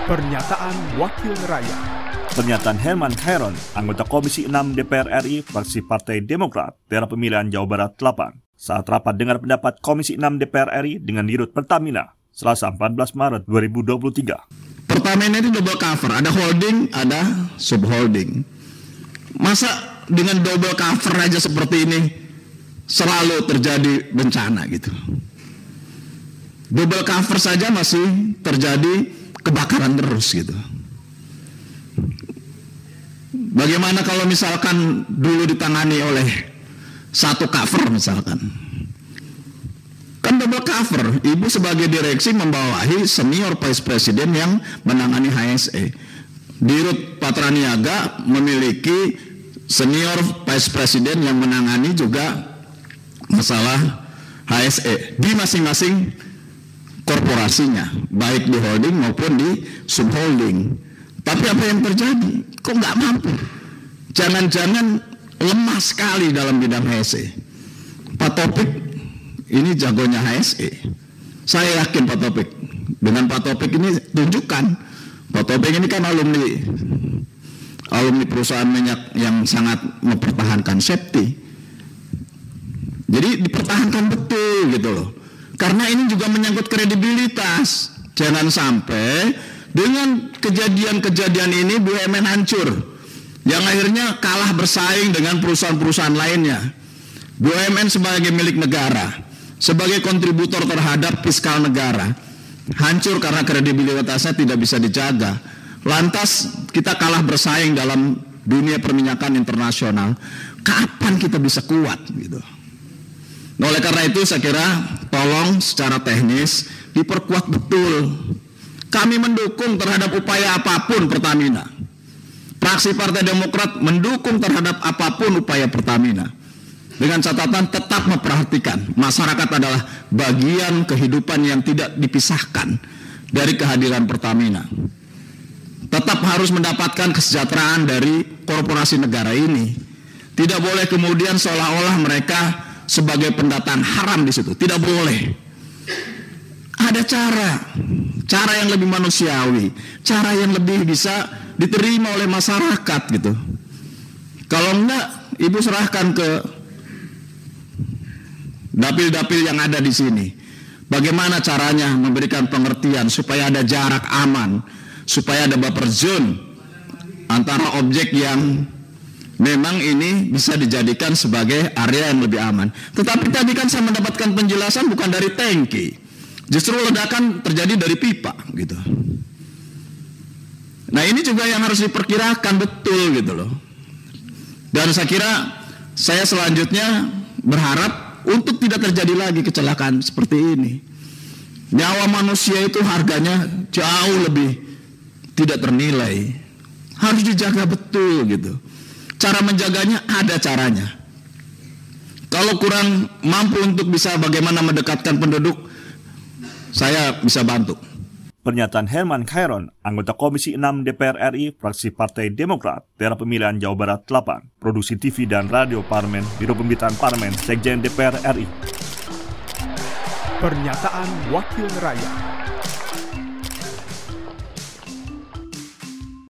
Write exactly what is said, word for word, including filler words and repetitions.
Pernyataan Wakil Rakyat. Pernyataan Herman Khairon, anggota Komisi enam D P R R I, fraksi Partai Demokrat, daerah pemilihan Jawa Barat delapan, saat rapat dengar pendapat Komisi enam D P R R I dengan Dirut Pertamina, Selasa empat belas Maret dua ribu dua puluh tiga. Pertamina itu double cover, ada holding, ada subholding. Masa dengan double cover aja seperti ini selalu terjadi bencana gitu. Double cover saja masih terjadi kebakaran terus gitu. Bagaimana kalau misalkan dulu ditangani oleh satu cover misalkan? Kan double cover. Ibu sebagai direksi membawahi senior vice president yang menangani H S E. Dirut Patraniaga memiliki senior vice president yang menangani juga masalah H S E di masing-masing korporasinya, baik di holding maupun di subholding. Tapi apa yang terjadi? Kok nggak mampu? Jangan-jangan lemah sekali dalam bidang H S E. Pak Taufik ini jagonya H S E. Saya yakin Pak Taufik, dengan Pak Taufik ini tunjukkan, Pak Taufik ini kan alumni alumni perusahaan minyak yang sangat mempertahankan safety. Jadi dipertahankan betul gitu loh. Karena ini juga menyangkut kredibilitas. Jangan sampai dengan kejadian-kejadian ini B U M N hancur, yang akhirnya kalah bersaing dengan perusahaan-perusahaan lainnya. B U M N sebagai milik negara, sebagai kontributor terhadap fiskal negara, hancur karena kredibilitasnya tidak bisa dijaga. Lantas kita kalah bersaing dalam dunia perminyakan internasional. Kapan kita bisa kuat gitu? Nah, oleh karena itu saya kira tolong secara teknis diperkuat betul. Kami mendukung terhadap upaya apapun Pertamina. Fraksi Partai Demokrat mendukung terhadap apapun upaya Pertamina. Dengan catatan tetap memperhatikan masyarakat adalah bagian kehidupan yang tidak dipisahkan dari kehadiran Pertamina. Tetap harus mendapatkan kesejahteraan dari korporasi negara ini. Tidak boleh kemudian seolah-olah mereka sebagai pendatang haram di situ. Tidak boleh. Ada cara, cara yang lebih manusiawi, cara yang lebih bisa diterima oleh masyarakat gitu. Kalau enggak, Ibu serahkan ke dapil-dapil yang ada di sini. Bagaimana caranya memberikan pengertian supaya ada jarak aman, supaya ada buffer zone antara objek yang memang ini bisa dijadikan sebagai area yang lebih aman. Tetapi tadi kan saya mendapatkan penjelasan bukan dari tangki, justru ledakan terjadi dari pipa gitu. Nah ini juga yang harus diperkirakan betul gitu loh. Dan saya kira saya selanjutnya berharap untuk tidak terjadi lagi kecelakaan seperti ini. Nyawa manusia itu harganya jauh lebih tidak ternilai. Harus dijaga betul gitu. Cara menjaganya ada caranya. Kalau kurang mampu untuk bisa bagaimana mendekatkan penduduk, saya bisa bantu. Pernyataan Herman Khairon, anggota Komisi enam D P R R I, fraksi Partai Demokrat, daerah pemilihan Jawa Barat delapan, produksi T V dan radio Parlemen, Biro Pemberitaan Parlemen, Sekjen D P R R I. Pernyataan Wakil Rakyat.